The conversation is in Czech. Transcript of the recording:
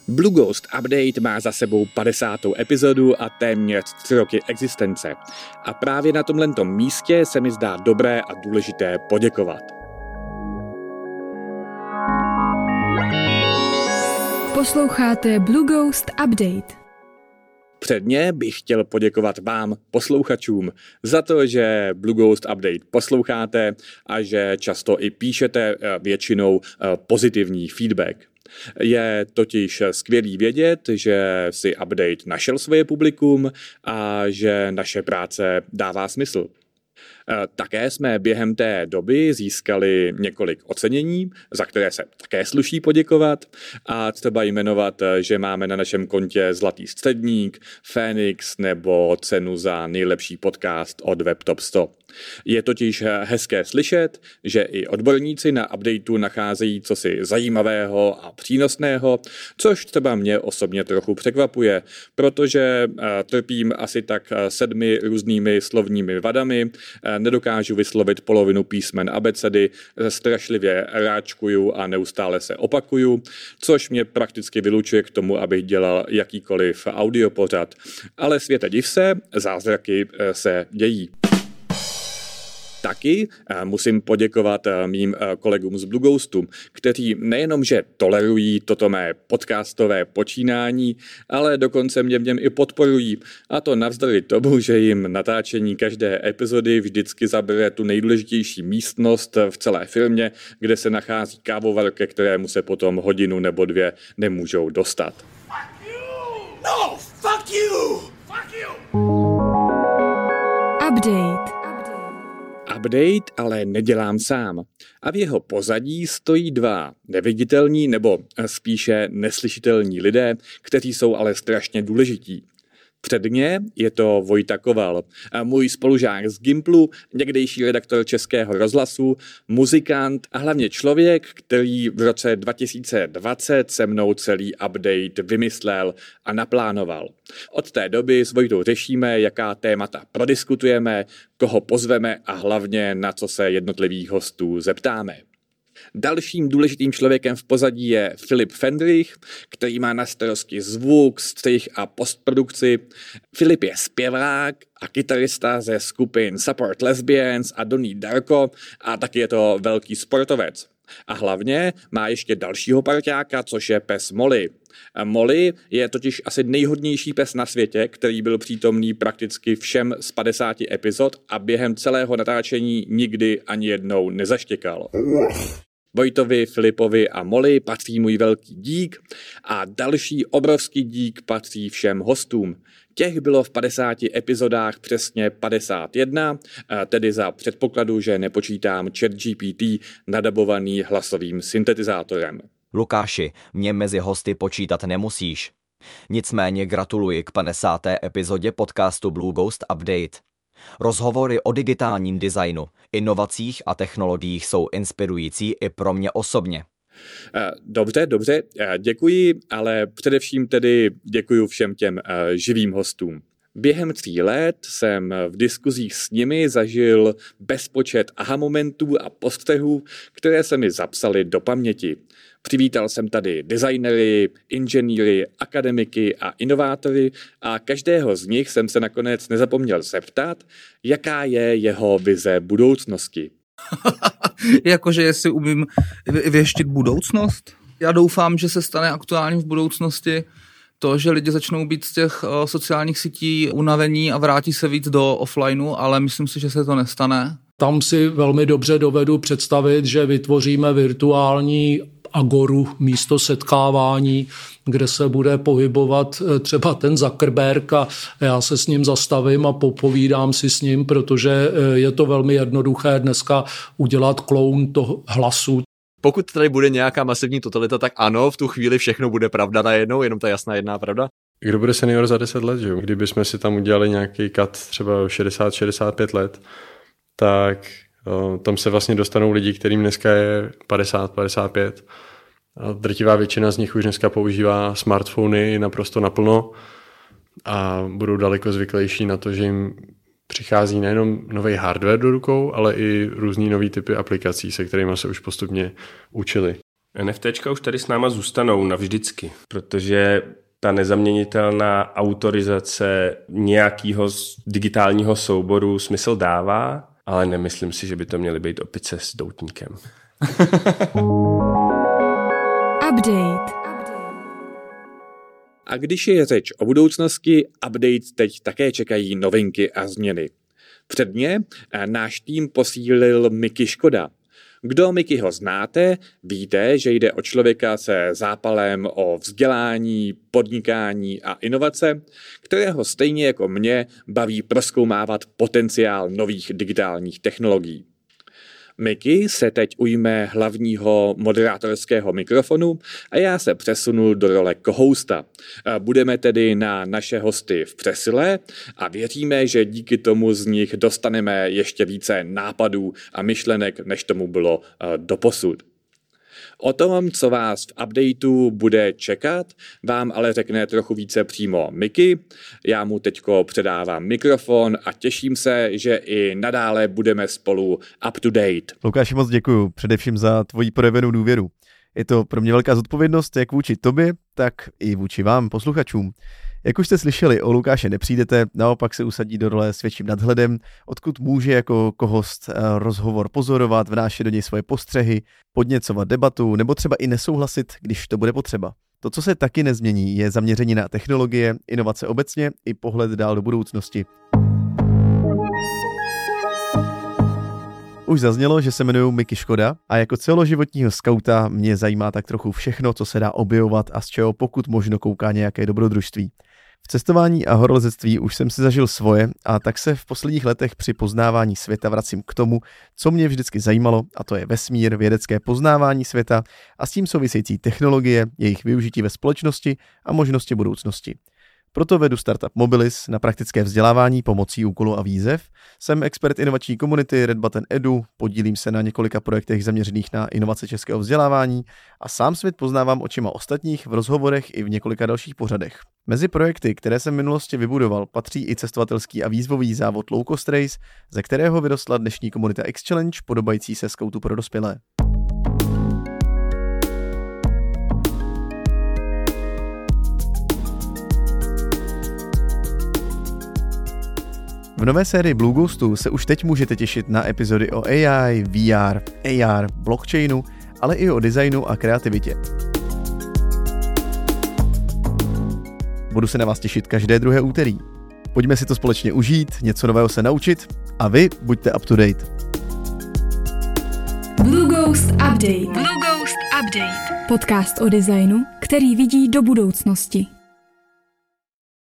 Blue Ghost Update má za sebou 50. epizodu a téměř 3 roky existence. A právě na tomhletom místě se mi zdá dobré a důležité poděkovat. Posloucháte Blue Ghost Update. Předně bych chtěl poděkovat vám, posluchačům, za to, že Blue Ghost Update posloucháte a že často i píšete většinou pozitivní feedback. Je totiž skvělý vědět, že si Update našel svoje publikum a že naše práce dává smysl. Také jsme během té doby získali několik ocenění, za které se také sluší poděkovat a třeba jmenovat, že máme na našem kontě Zlatý středník, Fénix nebo cenu za nejlepší podcast od WebTop 100. Je totiž hezké slyšet, že i odborníci na Updateu nacházejí cosi zajímavého a přínosného, což třeba mě osobně trochu překvapuje, protože trpím asi tak 7 různými slovními vadami, nedokážu vyslovit polovinu písmen abecedy, strašlivě ráčkuju a neustále se opakuju, což mě prakticky vylučuje k tomu, abych dělal jakýkoliv audiopořad. Ale světe div se, zázraky se dějí. Taky musím poděkovat mým kolegům z Blue Ghostu, kteří nejenom, že tolerují toto mé podcastové počínání, ale dokonce mě v něm i podporují. A to navzdory tomu, že jim natáčení každé epizody vždycky zabere tu nejdůležitější místnost v celé firmě, kde se nachází kávovar, ke kterému se potom hodinu nebo 2 nemůžou dostat. Fuck you! No, fuck you! Fuck you! Update. Update ale nedělám sám. A v jeho pozadí stojí 2 neviditelní nebo spíše neslyšitelní lidé, kteří jsou ale strašně důležití. Předně je to Vojta Koval, můj spolužák z Gimplu, někdejší redaktor Českého rozhlasu, muzikant a hlavně člověk, který v roce 2020 se mnou celý Update vymyslel a naplánoval. Od té doby s Vojtou řešíme, jaká témata prodiskutujeme, koho pozveme a hlavně na co se jednotlivých hostů zeptáme. Dalším důležitým člověkem v pozadí je Filip Fendrich, který má na starosti zvuk, střih a postprodukci. Filip je zpěvák a kytarista ze skupin Support Lesbians a Donnie Darko a taky je to velký sportovec. A hlavně má ještě dalšího parťáka, což je pes Molly. Molly je totiž asi nejhodnější pes na světě, který byl přítomný prakticky všem z 50 epizod a během celého natáčení nikdy ani jednou nezaštěkal. Vojtovi, Filipovi a Molly patří můj velký dík a další obrovský dík patří všem hostům. Těch bylo v 50 epizodách přesně 51, tedy za předpokladu, že nepočítám ChatGPT nadabovaný hlasovým syntetizátorem. Lukáši, mě mezi hosty počítat nemusíš. Nicméně gratuluji k 50. epizodě podcastu Blue Ghost Update. Rozhovory o digitálním designu, inovacích a technologiích jsou inspirující i pro mě osobně. Dobře, děkuji, ale především tedy děkuji všem těm živým hostům. Během 3 let jsem v diskuzích s nimi zažil bezpočet aha momentů a postřehů, které se mi zapsaly do paměti. Přivítal jsem tady designery, inženýry, akademiky a inovátory a každého z nich jsem se nakonec nezapomněl zeptat, jaká je jeho vize budoucnosti. Jakože jestli umím věštit budoucnost? Já doufám, že se stane aktuálním v budoucnosti to, že lidi začnou být z těch sociálních sítí unavení a vrátí se víc do offlineu, ale myslím si, že se to nestane. Tam si velmi dobře dovedu představit, že vytvoříme virtuální agoru místo setkávání, kde se bude pohybovat třeba ten Zuckerberg a já se s ním zastavím a popovídám si s ním, protože je to velmi jednoduché dneska udělat kloun toho hlasu. Pokud tady bude nějaká masivní totalita, tak ano, v tu chvíli všechno bude pravda najednou, jenom ta jasná jedná pravda. Kdo bude senior za 10 let, že jo? Kdybychom si tam udělali nějaký cut třeba 60-65 let, tak tam se vlastně dostanou lidi, kterým dneska je 50-55. A drtivá většina z nich už dneska používá smartfony naprosto naplno a budou daleko zvyklejší na to, že jim přichází nejenom nový hardware do rukou, ale i různý nový typy aplikací, se kterými se už postupně učili. NFTčka už tady s náma zůstanou navždycky, protože ta nezaměnitelná autorizace nějakého digitálního souboru smysl dává, ale nemyslím si, že by to měly být opice s doutníkem. Update. A když je řeč o budoucnosti, Update teď také čekají novinky a změny. Předně náš tým posílil Miky Škoda. Kdo Mikyho znáte, víte, že jde o člověka se zápalem o vzdělání, podnikání a inovace, kterého stejně jako mě baví prozkoumávat potenciál nových digitálních technologií. Miky se teď ujme hlavního moderátorského mikrofonu a já se přesunu do role co-hosta. Budeme tedy na naše hosty v přesile a věříme, že díky tomu z nich dostaneme ještě více nápadů a myšlenek, než tomu bylo doposud. O tom, co vás v updateu bude čekat, vám ale řekne trochu více přímo Miky. Já mu teďko předávám mikrofon a těším se, že i nadále budeme spolu up to date. Lukáši, moc děkuju, především za tvoji projevenou důvěru. Je to pro mě velká zodpovědnost jak vůči tobě, tak i vůči vám, posluchačům. Jak už jste slyšeli, o Lukáše nepřijdete, naopak se usadí do role s větším nadhledem, odkud může jako co-host rozhovor pozorovat, vnášet do něj svoje postřehy, podněcovat debatu nebo třeba i nesouhlasit, když to bude potřeba. To, co se taky nezmění, je zaměření na technologie, inovace obecně i pohled dál do budoucnosti. Už zaznělo, že se jmenuji Miky Škoda a jako celoživotního skauta mě zajímá tak trochu všechno, co se dá objevovat a z čeho pokud možno kouká nějaké dobrodružství. V cestování a horolezectví už jsem si zažil svoje a tak se v posledních letech při poznávání světa vracím k tomu, co mě vždycky zajímalo, a to je vesmír, vědecké poznávání světa a s tím související technologie, jejich využití ve společnosti a možnosti budoucnosti. Proto vedu startup Mobilis na praktické vzdělávání pomocí úkolů a výzev. Jsem expert inovační komunity Red Button Edu, podílím se na několika projektech zaměřených na inovace českého vzdělávání a sám svět poznávám očima ostatních v rozhovorech i v několika dalších pořadech. Mezi projekty, které jsem v minulosti vybudoval, patří i cestovatelský a výzvový závod Low Cost Race, ze kterého vyrostla dnešní komunita X-Challenge, podobající se skautu pro dospělé. V nové sérii Blue Ghostu se už teď můžete těšit na epizody o AI, VR, AR, blockchainu, ale i o designu a kreativitě. Budu se na vás těšit každé druhé úterý. Pojďme si to společně užít, něco nového se naučit a vy buďte up to date. Blue Ghost Update. Blue Ghost Update. Podcast o designu, který vidí do budoucnosti.